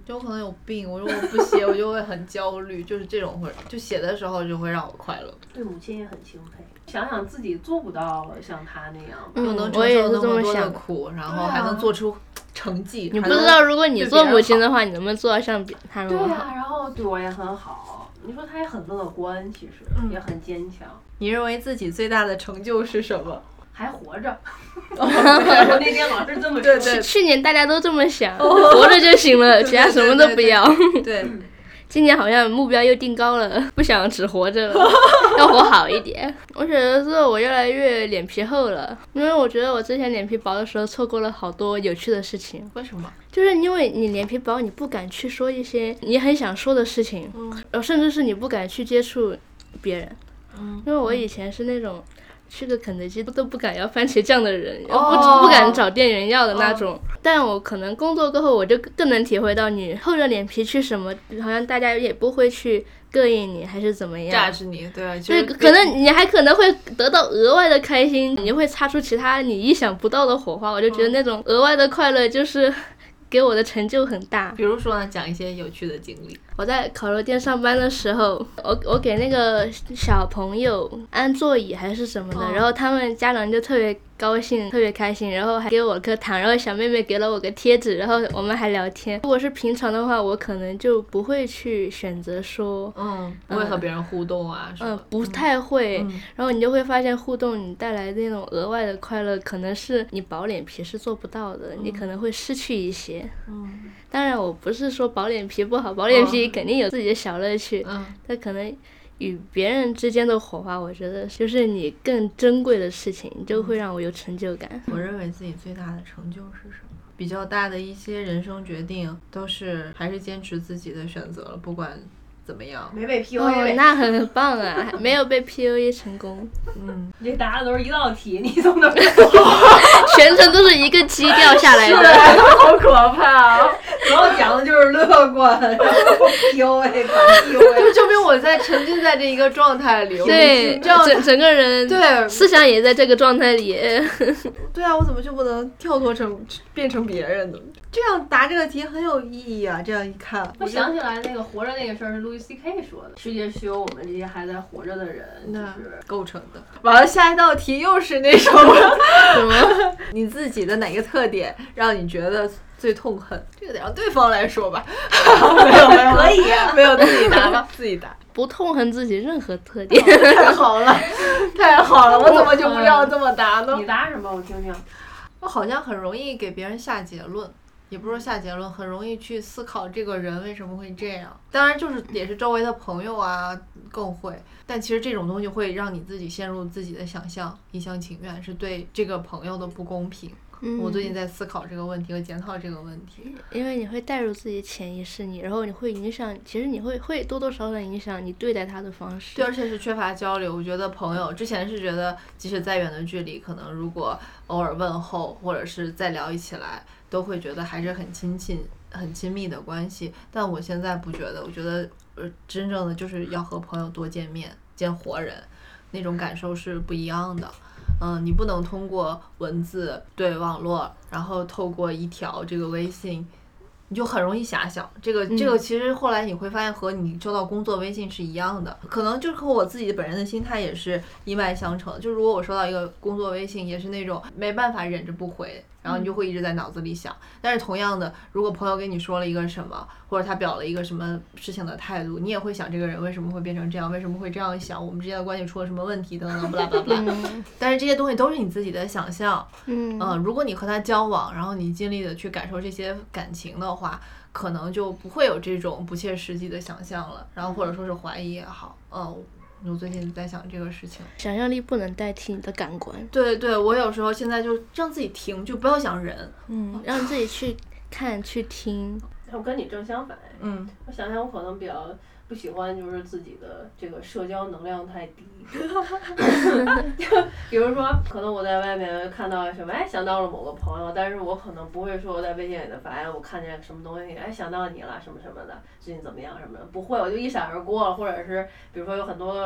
Speaker 1: 就我可能有病，我说我不写我就会很焦虑，就是这种会就写的时候就会让我快乐。
Speaker 2: 对母亲也很钦佩，想想自己做不到像她那样，
Speaker 3: 嗯
Speaker 1: 又能承
Speaker 3: 我也
Speaker 1: 受那么多的
Speaker 3: 是这么想
Speaker 1: 苦，然后还能做出成绩。
Speaker 3: 你
Speaker 1: 还能
Speaker 3: 不知道，如果你做
Speaker 1: 对别人好
Speaker 3: 母亲的话，你能不能做到像比他那
Speaker 2: 对呀、
Speaker 3: 么好？
Speaker 2: 然后对我也很好，你说她也很乐观，其实、
Speaker 1: 嗯
Speaker 2: 也很坚强，
Speaker 1: 你认为自己最大的成就是什么？
Speaker 2: 还活着。我那天老是这么说。
Speaker 1: 对对
Speaker 3: 去年大家都这么想，活着就行了，其他什么都不要。
Speaker 1: 对，
Speaker 3: 今年好像目标又定高了，不想只活着了，要活好一点。我觉得是我越来越脸皮厚了，因为我觉得我之前脸皮薄的时候错过了好多有趣的事情。
Speaker 1: 为什么？
Speaker 3: 就是因为你脸皮薄，你不敢去说一些你很想说的事情，呃，甚至是你不敢去接触别人。
Speaker 1: 嗯，
Speaker 3: 因为我以前是那种去个肯德基都不敢要番茄酱的人，
Speaker 1: 哦
Speaker 3: 不不敢找店员要的那种。但我可能工作过后，我就更能体会到你厚着脸皮去什么，好像大家也不会去膈应你，还是怎么样。
Speaker 1: 榨汁你，对，就
Speaker 3: 对，
Speaker 1: 是
Speaker 3: 可能你还可能会得到额外的开心，你会擦出其他你意想不到的火花。我就觉得那种额外的快乐就是给我的成就很大。
Speaker 1: 比如说呢，讲一些有趣的经历。
Speaker 3: 我在烤肉店上班的时候，我我给那个小朋友安座椅还是什么的，
Speaker 1: 哦
Speaker 3: 然后他们家长就特别高兴，特别开心，然后还给我颗糖，然后小妹妹给了我个贴纸，然后我们还聊天。如果是平常的话，我可能就不会去选择说，
Speaker 1: 嗯，不会和别人互动啊什么
Speaker 3: 嗯
Speaker 1: 的。，
Speaker 3: 不太会。
Speaker 1: 嗯
Speaker 3: 然后你就会发现互动你带来的那种额外的快乐，可能是你薄脸皮是做不到的，你可能会失去一些。
Speaker 1: 嗯
Speaker 3: 当然，我不是说薄脸皮不好，薄脸皮肯定有自己的小乐趣，
Speaker 1: 嗯
Speaker 3: 但可能与别人之间的火花，我觉得就是你更珍贵的事情，就会让我有成就感。
Speaker 1: 我认为自己最大的成就是什么？比较大的一些人生决定，都是还是坚持自己的选择了，不管怎么样。
Speaker 2: 没被 P U
Speaker 3: 哦
Speaker 2: A，、，
Speaker 3: 那很棒啊，还没有被 P U A 成功，
Speaker 1: 嗯，
Speaker 2: 你这答的都是一道题，你怎么能
Speaker 3: 全程都是一个基调下来的。
Speaker 2: 好可怕啊！主要讲的就是乐观，然后 P U A 反 P U
Speaker 1: 就
Speaker 2: A。
Speaker 1: 证明我在沉浸在这一个状态里。
Speaker 3: 对，
Speaker 1: 这样
Speaker 3: 整整个人
Speaker 1: 对
Speaker 3: 思想也在这个状态里。
Speaker 1: 对啊，我怎么就不能跳脱成变成别人呢？这样答这个题很有意义啊！这样一看，
Speaker 2: 我想起来那个活着那个事儿是路易 C K 说的，世界是由我们这些还在活着的人就
Speaker 1: 那
Speaker 2: 是
Speaker 1: 构成的。完了，下一道题又是那种
Speaker 3: 什么？
Speaker 1: 你自己的哪个特点让你觉得最痛恨？这个得让对方来说吧。没有没有，
Speaker 2: 可以啊
Speaker 1: 没有自己答吧，自己答。
Speaker 3: 不痛恨自己任何特点。
Speaker 1: 太好了，太好了！我怎么就不知道这么答呢？
Speaker 2: 你答什么？我听听。
Speaker 1: 我好像很容易给别人下结论，也不是说下结论，很容易去思考这个人为什么会这样。当然，就是也是周围的朋友啊更会，但其实这种东西会让你自己陷入自己的想象，一厢情愿，是对这个朋友的不公平。
Speaker 3: 嗯
Speaker 1: 我最近在思考这个问题和检讨这个问题。
Speaker 3: 因为你会带入自己潜意识里，然后你会影响，其实你会会多多少少影响你对待他的方式。
Speaker 1: 对，而且是缺乏交流。我觉得朋友之前是觉得，即使再远的距离，可能如果偶尔问候，或者是再聊一起来，都会觉得还是很亲近、很亲密的关系。但我现在不觉得，我觉得呃，真正的就是要和朋友多见面，见活人，那种感受是不一样的。嗯，你不能通过文字对网络，然后透过一条这个微信，你就很容易遐想。这个这个其实后来你会发现和你收到工作微信是一样的，可能就是和我自己本人的心态也是一脉相承。就如果我收到一个工作微信，也是那种没办法忍着不回，然后你就会一直在脑子里想。但是同样的，如果朋友跟你说了一个什么，或者他表了一个什么事情的态度，你也会想这个人为什么会变成这样，为什么会这样想，我们之间的关系出了什么问题等等，不啦不啦不啦。但是这些东西都是你自己的想象。
Speaker 3: 嗯
Speaker 1: 呃，如果你和他交往，然后你尽力的去感受这些感情的话，可能就不会有这种不切实际的想象了，然后或者说是怀疑也好。嗯，我最近在想这个事情。
Speaker 3: 想象力不能代替你的感官。
Speaker 1: 对对，我有时候现在就让自己停，就不要想人。
Speaker 3: 嗯，让自己去看去听。
Speaker 2: 我跟你正相反。
Speaker 1: 嗯，
Speaker 2: 我想想，我可能比较不喜欢就是自己的这个社交能量太低。就比如说，可能我在外面看到什么，哎，想到了某个朋友，但是我可能不会说我在微信里头发，哎，我看见什么东西，哎，想到你了，什么什么的，最近怎么样什么的，不会，我就一闪而过了，或者是比如说有很多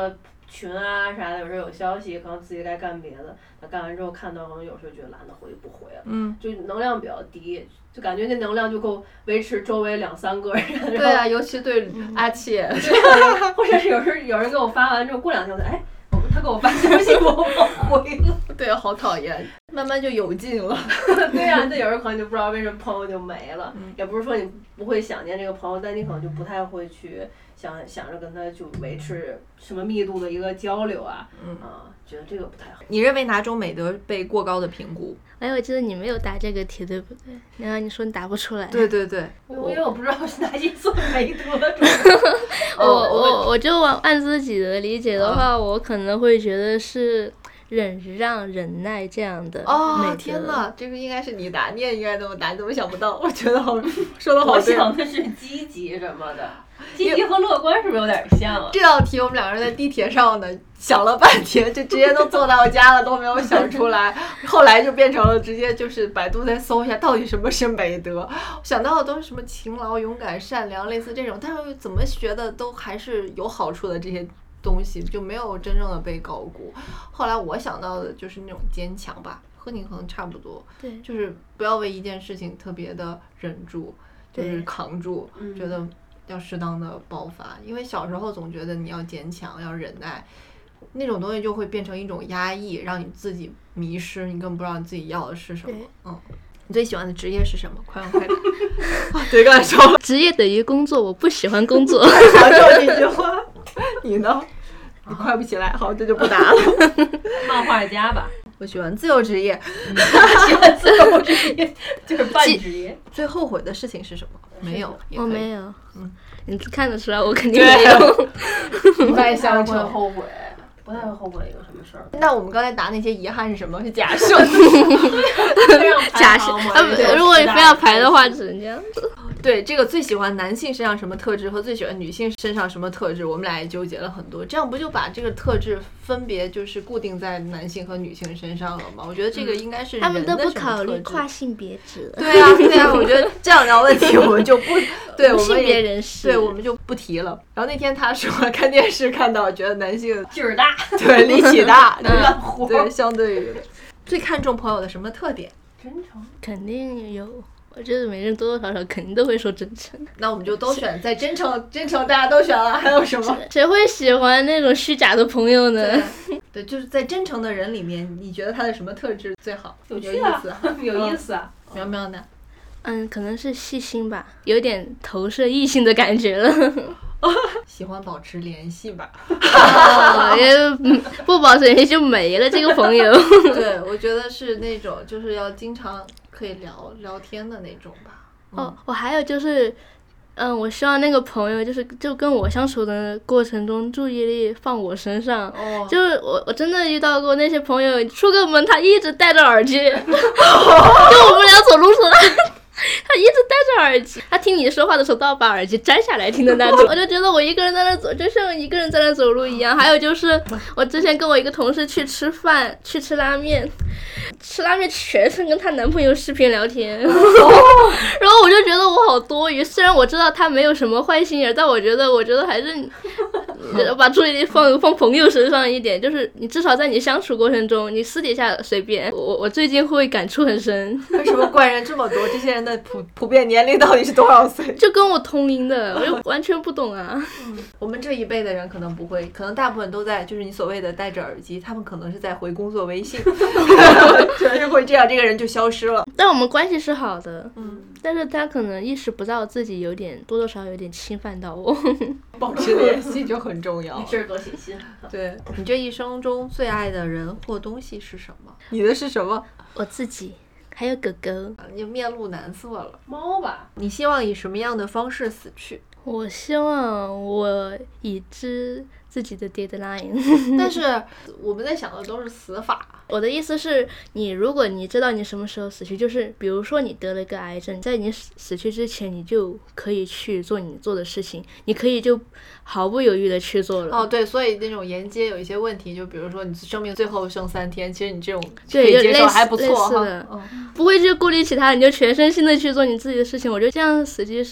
Speaker 2: 群啊啥的，有时候有消息，可能自己该干别的，他干完之后看到，可能有时候觉得懒得回不回了，
Speaker 1: 嗯，
Speaker 2: 就能量比较低，就感觉那能量就够维持周围两三个人。
Speaker 1: 对啊，尤其对阿切，
Speaker 2: 对，或者是有时候有人给我发完之后，过两天哎。他给我发消息，我忘回了。
Speaker 1: 对，好讨厌，慢慢就有劲了。
Speaker 2: 对呀、啊，那有人可能就不知道为什么朋友就没了，
Speaker 1: 嗯、
Speaker 2: 也不是说你不会想念这个朋友，但你可能就不太会去想想着跟他就维持什么密度的一个交流啊，
Speaker 1: 嗯
Speaker 2: 啊，觉得这个不太好。
Speaker 1: 你认为哪种美德被过高的评估？
Speaker 3: 哎，我记得你没有答这个题，对不对？然后你说你答不出来。
Speaker 1: 对对对，
Speaker 2: 因为我不知道是哪些算美德。
Speaker 3: 我我我就按自己的理解的话，我可能会觉得是忍让、忍耐这样的美德。
Speaker 1: 哦，天哪，这个应该是你答，你也应该这么答，你怎么想不到？我觉得好，说的好对。
Speaker 2: 我想的是积极什么的。积极和乐观是不是有点像啊？
Speaker 1: 这道题我们两个人在地铁上呢，想了半天，就直接都坐到家了，都没有想出来。后来就变成了直接就是百度再搜一下，到底什么是美德？想到的都是什么勤劳、勇敢、善良，类似这种，但是怎么学的都还是有好处的这些东西，就没有真正的被高估。后来我想到的就是那种坚强吧，和你可能差不多，
Speaker 3: 对，
Speaker 1: 就是不要为一件事情特别的忍住，就是扛住，觉得。要适当的爆发，因为小时候总觉得你要坚强，要忍耐，那种东西就会变成一种压抑，让你自己迷失，你更不知道你自己要的是什么。嗯，你最喜欢的职业是什么？快问快答。对，刚才说了，
Speaker 3: 职业等于工作，我不喜欢工作。
Speaker 1: 想说这句话，你呢？你快不起来，好，这就不答了。
Speaker 2: 漫画家吧。
Speaker 1: 我喜欢自由职业。
Speaker 2: 嗯、喜欢自由职业，就是半职业。
Speaker 1: 最后悔的事情是什么？没有，
Speaker 3: 我没有。
Speaker 1: 嗯，
Speaker 3: 你看得出来，我肯定没有。
Speaker 1: 一脉相承。
Speaker 2: 不会后悔，不太会后悔一个什么事儿。
Speaker 1: 那我们刚才答那些遗憾是什么？是假设。
Speaker 3: 假设，呃，如果你非要排的话，只能这样。
Speaker 1: 对，这个最喜欢男性身上什么特质和最喜欢女性身上什么特质，我们俩也纠结了很多。这样不就把这个特质分别就是固定在男性和女性身上了吗？我觉得这个应该是人的什么特质。
Speaker 3: 他们都不考虑跨性别制。
Speaker 1: 对啊，对啊，我觉得这样聊问题我们就不对，我们
Speaker 3: 性别人士，
Speaker 1: 对，我们就不提了。然后那天他说看电视看到，觉得男性
Speaker 2: 劲儿大，
Speaker 1: 对，力气大，
Speaker 2: 干活。
Speaker 1: 对，相对于最看重朋友的什么特点？
Speaker 2: 真诚，
Speaker 3: 肯定有。我觉得每人多多少少肯定都会说真诚。
Speaker 1: 那我们就都选在真诚，真诚大家都选了，还有什么？
Speaker 3: 谁会喜欢那种虚假的朋友呢？
Speaker 1: 对，对，就是在真诚的人里面，你觉得他的什么特质最好？
Speaker 2: 有
Speaker 1: 意思，
Speaker 2: 有意思啊！
Speaker 1: 苗苗呢？
Speaker 3: 嗯，可能是细心吧，有点投射异性的感觉了。
Speaker 1: 喜欢保持联系吧。
Speaker 3: 哦，也不保持联系就没了这个朋友。
Speaker 1: 对，我觉得是那种就是要经常可以聊聊天的那种吧。
Speaker 3: 嗯、哦，我还有就是，嗯，我希望那个朋友就是就跟我相处的过程中注意力放我身上。
Speaker 1: 哦。
Speaker 3: 就是我我真的遇到过那些朋友，出个门他一直戴着耳机，就我们俩走路时候。他一直戴着耳机，他听你说话的时候都要把耳机摘下来听的那种。我就觉得我一个人在那走，就像一个人在那走路一样。还有就是我之前跟我一个同事去吃饭，去吃拉面，吃拉面全程跟她男朋友视频聊天，然后我就觉得我好多余。虽然我知道他没有什么坏心眼，但我觉得我觉得还是把注意力放放朋友身上一点，就是你至少在你相处过程中，你私底下随便。我我最近会感触很深。
Speaker 1: 为什么怪人这么多？这些人的普普遍年龄到底是多少岁？
Speaker 3: 就跟我同龄的，我就完全不懂啊。
Speaker 1: 嗯，我们这一辈的人可能不会，可能大部分都在，就是你所谓的戴着耳机，他们可能是在回工作微信，全是会这样，这个人就消失了。
Speaker 3: 但我们关系是好的，
Speaker 1: 嗯，
Speaker 3: 但是他可能意识不到自己有点多多少少有点侵犯到我。
Speaker 1: 保持联系就很重要。
Speaker 2: 没事多写信。
Speaker 1: 对，你这一生中最爱的人或东西是什么？你的是什么？
Speaker 3: 我自己。还有狗狗，
Speaker 1: 你面露难色了。
Speaker 2: 猫吧。
Speaker 1: 你希望以什么样的方式死去？
Speaker 3: 我希望我已知自己的 deadline。
Speaker 1: 但是我们在想的都是死法。
Speaker 3: 我的意思是，你如果你知道你什么时候死去，就是比如说你得了一个癌症，在你死去之前，你就可以去做你做的事情，你可以就毫不犹豫的去做了。
Speaker 1: 哦，对，所以那种沿街有一些问题，就比如说你生命最后剩三天，其实你这种可以接受还不错哈。
Speaker 3: 嗯，不会去顾虑其他，你就全身心的去做你自己的事情。我觉得这样死去是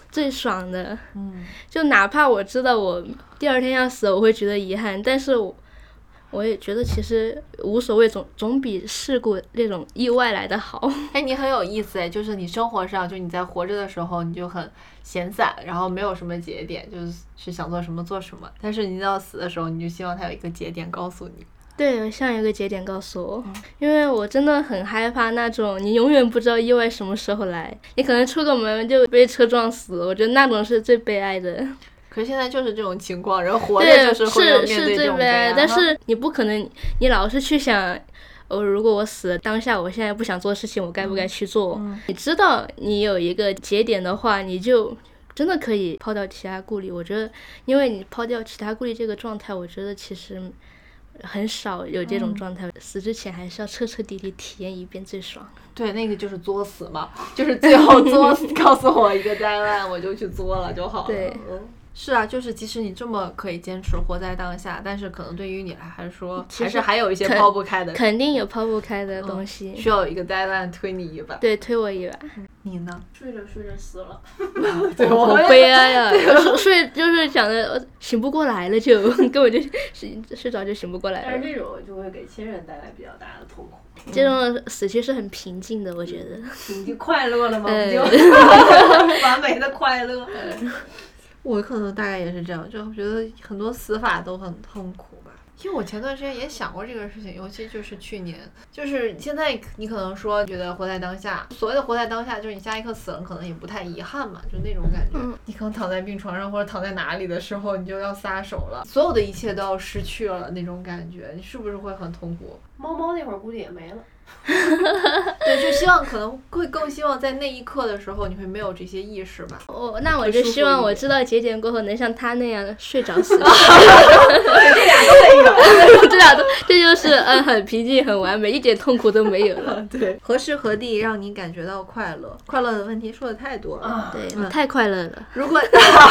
Speaker 3: 最爽的。
Speaker 1: 嗯，
Speaker 3: 就哪怕我知道我第二天要死，我会觉得遗憾，但是我我也觉得其实无所谓，总总比事故那种意外来的好。
Speaker 1: 哎，你很有意思哎，就是你生活上，就你在活着的时候，你就很闲散，然后没有什么节点，就是是想做什么做什么。但是你到死的时候，你就希望它有一个节点告诉你。
Speaker 3: 对，像有个节点告诉我，因为我真的很害怕那种你永远不知道意外什么时候来，你可能出个门就被车撞死，我觉得那种是最悲哀的。
Speaker 1: 可是现在就是这种情况，人活着就是会要面对这种悲哀。
Speaker 3: 但是你不可能，你老是去想，哦，如果我死了，当下我现在不想做事情，我该不该去做？
Speaker 1: 嗯、
Speaker 3: 你知道你有一个节点的话，你就真的可以抛掉其他顾虑。我觉得，因为你抛掉其他顾虑这个状态，我觉得其实很少有这种状态。嗯、死之前还是要彻彻底底体验一遍最爽。
Speaker 1: 对，那个就是作死嘛，就是最后作死，告诉我一个deadline，我就去作了就好了。
Speaker 3: 对。
Speaker 1: 嗯是啊，就是即使你这么可以坚持活在当下，但是可能对于你来说，还是还有一些抛不开的，
Speaker 3: 肯定有抛不开的东西，
Speaker 1: 嗯、需要有一个 deadline 推你一把。
Speaker 3: 对，推我一把。
Speaker 1: 你呢？
Speaker 2: 睡着睡着死了。
Speaker 1: 对，
Speaker 3: 好悲哀啊！睡就是想着醒不过来了就，就根本就睡睡着就醒不过来了。
Speaker 2: 但是这种就会给亲人带来比较大的痛苦。
Speaker 3: 这种死去是很平静的，我觉得。
Speaker 2: 平静快乐了吗？不就完美的快乐。
Speaker 1: 我可能大概也是这样，就觉得很多死法都很痛苦吧。因为我前段时间也想过这个事情，尤其就是去年，就是现在你可能说觉得活在当下，所谓的活在当下，就是你下一刻死了，可能也不太遗憾嘛，就那种感觉。嗯、你可能躺在病床上或者躺在哪里的时候，你就要撒手了，所有的一切都要失去了那种感觉，你是不是会很痛苦？
Speaker 2: 猫猫那会儿估计也没了。
Speaker 1: 对，就希望可能会更希望在那一刻的时候，你会没有这些意识吧。
Speaker 3: 哦，那我就希望我知道节点过后能像他那样睡着死。
Speaker 2: 这俩都没有，
Speaker 3: 这俩都，这就是嗯很平静很完美，一点痛苦都没有了。
Speaker 1: 对，何时何地让你感觉到快乐？快乐的问题说的太多了。
Speaker 3: 啊、对、嗯，太快乐了。
Speaker 1: 如果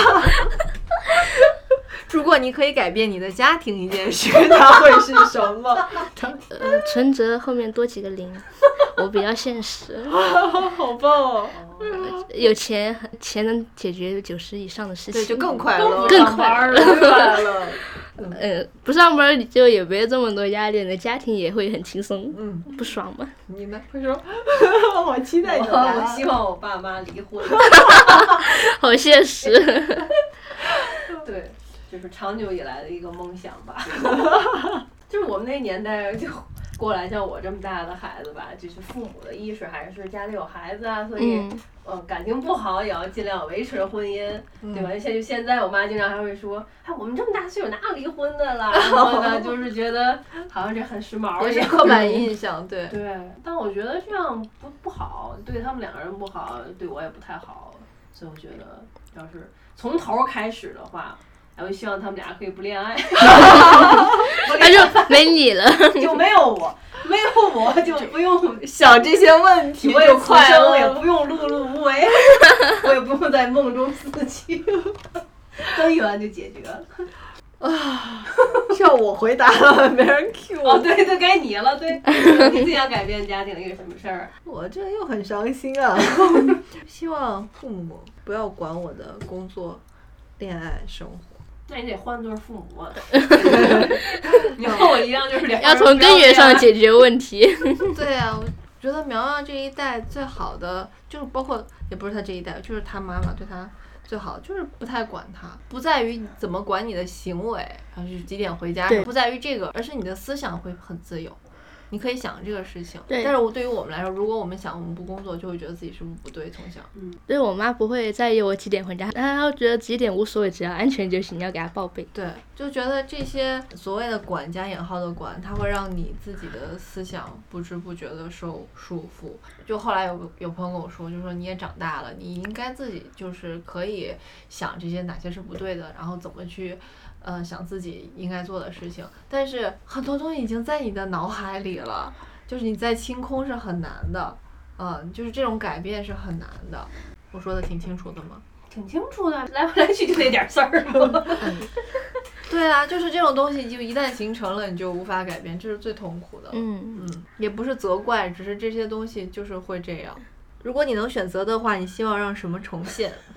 Speaker 1: 如果你可以改变你的家庭一件事，它会是什么？
Speaker 3: 呃，存折后面多几个零，我比较现实。
Speaker 1: 好棒哦！
Speaker 3: 有钱，钱能解决九十以上的事情，
Speaker 1: 对，就更快乐，
Speaker 3: 更快乐，
Speaker 1: 更快乐。
Speaker 3: 呃，不上班你就也没有这么多压力，你的家庭也会很轻松，
Speaker 1: 嗯，
Speaker 3: 不爽吗？
Speaker 1: 你呢？会说，好期待你的答案。
Speaker 2: 我希望我爸妈离婚。
Speaker 3: 好现实。
Speaker 2: 对。就是长久以来的一个梦想吧。就是我们那年代就过来像我这么大的孩子吧，就是父母的意识还是家里有孩子啊，所以嗯、呃、感情不好也要尽量维持婚姻，嗯、对吧？现就现在我妈经常还会说，哎，我们这么大岁数哪有离婚的啦？然后呢，就是觉得好像这很时髦，
Speaker 1: 有些刻板印象，对。
Speaker 2: 对，但我觉得这样不不好，对他们两个人不好，对我也不太好，所以我觉得要是从头开始的话。然后希望他们俩可以不恋爱，
Speaker 3: 那就没你了，
Speaker 2: 就没有我，没有我就不用
Speaker 1: 想这些问题，
Speaker 2: 我也快乐，也不用碌碌无为，我也不用在梦中自欺，根源就解决了。
Speaker 1: 啊，要我回答了，没人 Q 我。
Speaker 2: 哦，对对，该你了，对，你最想改变家庭的一个什么事儿？
Speaker 1: 我这又很伤心啊！希望父母不要管我的工作、恋爱、生活。
Speaker 2: 那你得换对父母啊！你和我一样，就是两
Speaker 3: 要从根源上解决问题。
Speaker 1: 对啊，我觉得苗苗这一代最好的，就是包括也不是他这一代，就是他妈妈对他最好，就是不太管他，不在于怎么管你的行为，然后是几点回家，不在于这个，而是你的思想会很自由。你可以想这个事情，但是我对于我们来说，如果我们想我们不工作，就会觉得自己是不是不对，从小。
Speaker 3: 嗯，对我妈不会在意我几点回家，她觉得几点无所谓，只要安全就行，你要给她报备。
Speaker 1: 对，就觉得这些所谓的管加引号的管，它会让你自己的思想不知不觉的受束缚。就后来有有朋友跟我说，就说你也长大了，你应该自己就是可以想这些哪些是不对的，然后怎么去。呃，想自己应该做的事情，但是很多东西已经在你的脑海里了，就是你在清空是很难的，嗯、呃，就是这种改变是很难的。我说的挺清楚的吗？
Speaker 2: 挺清楚的，来回来去就那点事儿嘛。
Speaker 1: 嗯，对啊，就是这种东西，就一旦形成了，你就无法改变，这是最痛苦的。
Speaker 3: 嗯
Speaker 1: 嗯，也不是责怪，只是这些东西就是会这样。如果你能选择的话，你希望让什么重现？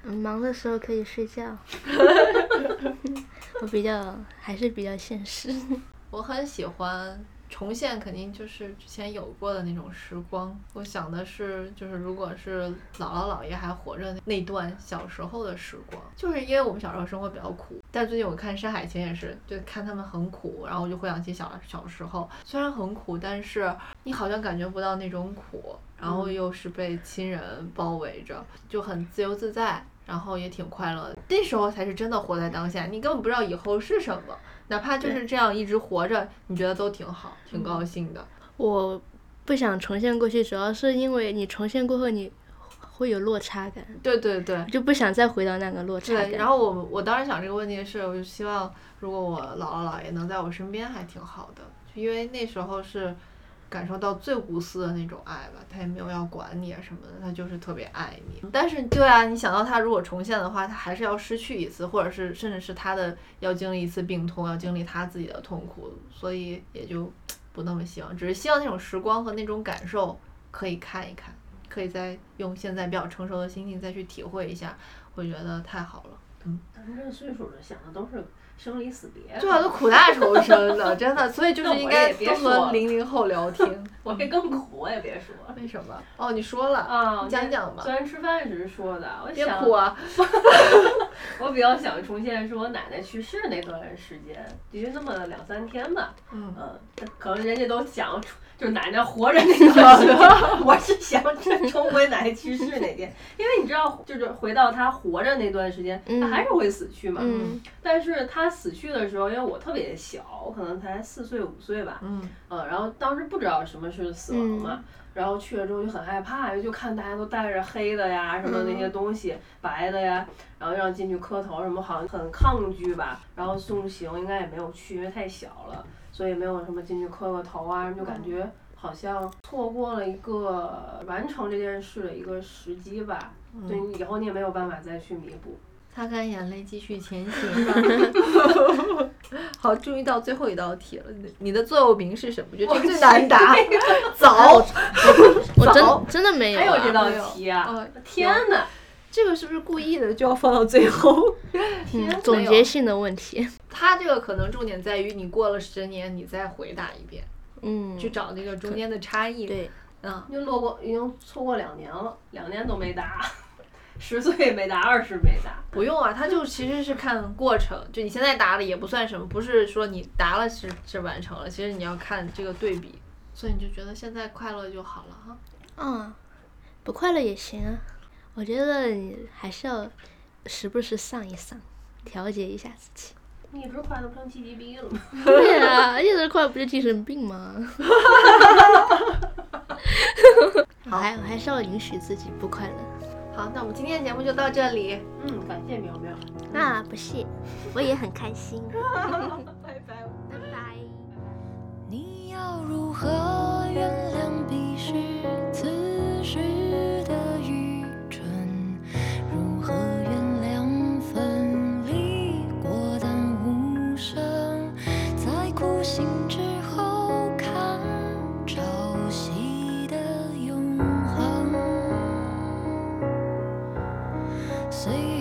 Speaker 3: 嗯，忙的时候可以睡觉。我比较还是比较现实。
Speaker 1: 我很喜欢重现，肯定就是之前有过的那种时光。我想的是，就是如果是姥姥姥爷还活着那段小时候的时光，就是因为我们小时候生活比较苦，但最近我看《山海情》也是，就看他们很苦，然后我就回想起小小时候，虽然很苦，但是你好像感觉不到那种苦，然后又是被亲人包围着，就很自由自在。然后也挺快乐的，那时候才是真的活在当下，你根本不知道以后是什么，哪怕就是这样一直活着，你觉得都挺好，挺高兴的。
Speaker 3: 我不想重现过去，主要是因为你重现过后你会有落差感。
Speaker 1: 对对对，
Speaker 3: 就不想再回到那个落差感。
Speaker 1: 对，然后我我当时想这个问题是，我就希望如果我姥姥姥爷能在我身边还挺好的，因为那时候是感受到最无私的那种爱吧，他也没有要管你啊什么的，他就是特别爱你。但是对啊，你想到他如果重现的话，他还是要失去一次，或者是甚至是他的要经历一次病痛，要经历他自己的痛苦，所以也就不那么希望，只是希望那种时光和那种感受可以看一看，可以再用现在比较成熟的心境再去体会一下，我觉得太好了。嗯，
Speaker 2: 咱们这岁数的想的都是生离死别，
Speaker 1: 对啊，都苦大仇深的，真的，所以就是应该多和零零后聊天。
Speaker 2: 我这更苦，我也别说。
Speaker 1: 为什么？哦，你说了
Speaker 2: 啊，
Speaker 1: 你讲讲吧。
Speaker 2: 昨天吃饭时说的，我
Speaker 1: 别
Speaker 2: 想
Speaker 1: 哭啊！
Speaker 2: 我比较想重现是我奶奶去世那段时间，也就那么两三天吧。
Speaker 1: 嗯
Speaker 2: 嗯，可能人家都想，就是奶奶活着那段时间，我是想重回奶奶去世那天，因为你知道，就是回到她活着那段时间，她还是会死去嘛。
Speaker 3: 嗯。
Speaker 2: 但是她死去的时候，因为我特别小，我可能才四岁五岁吧。
Speaker 1: 嗯。
Speaker 2: 呃，然后当时不知道什么是死亡嘛。
Speaker 3: 嗯
Speaker 2: 然后去了之后就很害怕，就看大家都带着黑的呀，什么那些东西，嗯、白的呀，然后让进去磕头什么，好像很抗拒吧。然后送行应该也没有去，因为太小了，所以没有什么进去磕个头啊，就感觉好像错过了一个完成这件事的一个时机吧。嗯、对，以后你也没有办法再去弥补。
Speaker 1: 擦干眼泪，继续前行。好，终于到最后一道题了。你的座右铭是什么？我觉得这个最难答。早，
Speaker 3: 我真真的没有、啊。
Speaker 2: 还有这道题啊！
Speaker 1: 哦、
Speaker 2: 天哪，
Speaker 1: 这个是不是故意的，就要放到最后？
Speaker 3: 嗯，总结性的问题。
Speaker 1: 它这个可能重点在于你过了十年，你再回答一遍。
Speaker 3: 嗯。
Speaker 1: 去找那个中间的差异。
Speaker 3: 对。
Speaker 1: 嗯。
Speaker 2: 就落过，已经错过两年了，两年都没答。十岁没答，二十没答，
Speaker 1: 不用啊，他就其实是看过程，就你现在答的也不算什么，不是说你答了是是完成了，其实你要看这个对比，所以你就觉得现在快乐就好了哈。
Speaker 3: 嗯，不快乐也行啊，我觉得你还是要时不时丧一丧，调节一下自己。
Speaker 2: 你一直快乐不成 G D B 了吗？
Speaker 3: 对啊，一直快乐不就精神病吗？我还我还是要允许自己不快乐。
Speaker 1: 好，那我们今天的节目就到这里。
Speaker 2: 嗯，感谢苗苗。
Speaker 3: 啊，不谢，我也很开心。
Speaker 1: 拜拜，
Speaker 3: 拜拜。
Speaker 4: 你要如何原谅彼时此时的愚蠢？如何原谅分离过但无声？在哭醒之后看潮汐的永恒。虽